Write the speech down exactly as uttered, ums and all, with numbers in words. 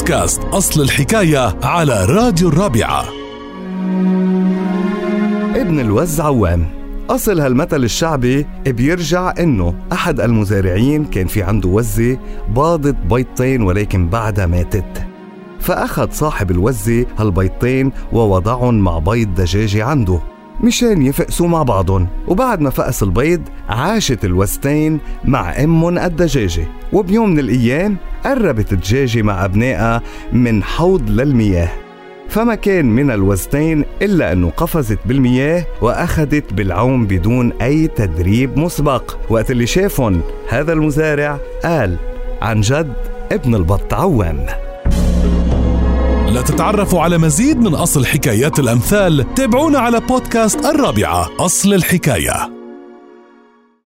بودكاست أصل الحكاية على راديو الرابعة. ابن الوز عوام. أصل هالمثل الشعبي بيرجع إنه أحد المزارعين كان في عنده وزة باضت بيضتين ولكن بعدها ماتت، فأخذ صاحب الوزة هالبيضتين ووضعهم مع بيض دجاجة عنده مشان يفقسوا مع بعضهم. وبعد ما فقس البيض عاشت الوزتين مع أمهم الدجاجة، وبيوم من الأيام قربت الدجاجة مع أبنائها من حوض للمياه، فما كان من الوزتين إلا أنه قفزت بالمياه وأخذت بالعوم بدون أي تدريب مسبق. وقت اللي شافهم هذا المزارع قال عن جد ابن البط عوام. لا تتعرفوا على مزيد من أصل حكايات الأمثال، تابعونا على بودكاست الرابعة أصل الحكاية.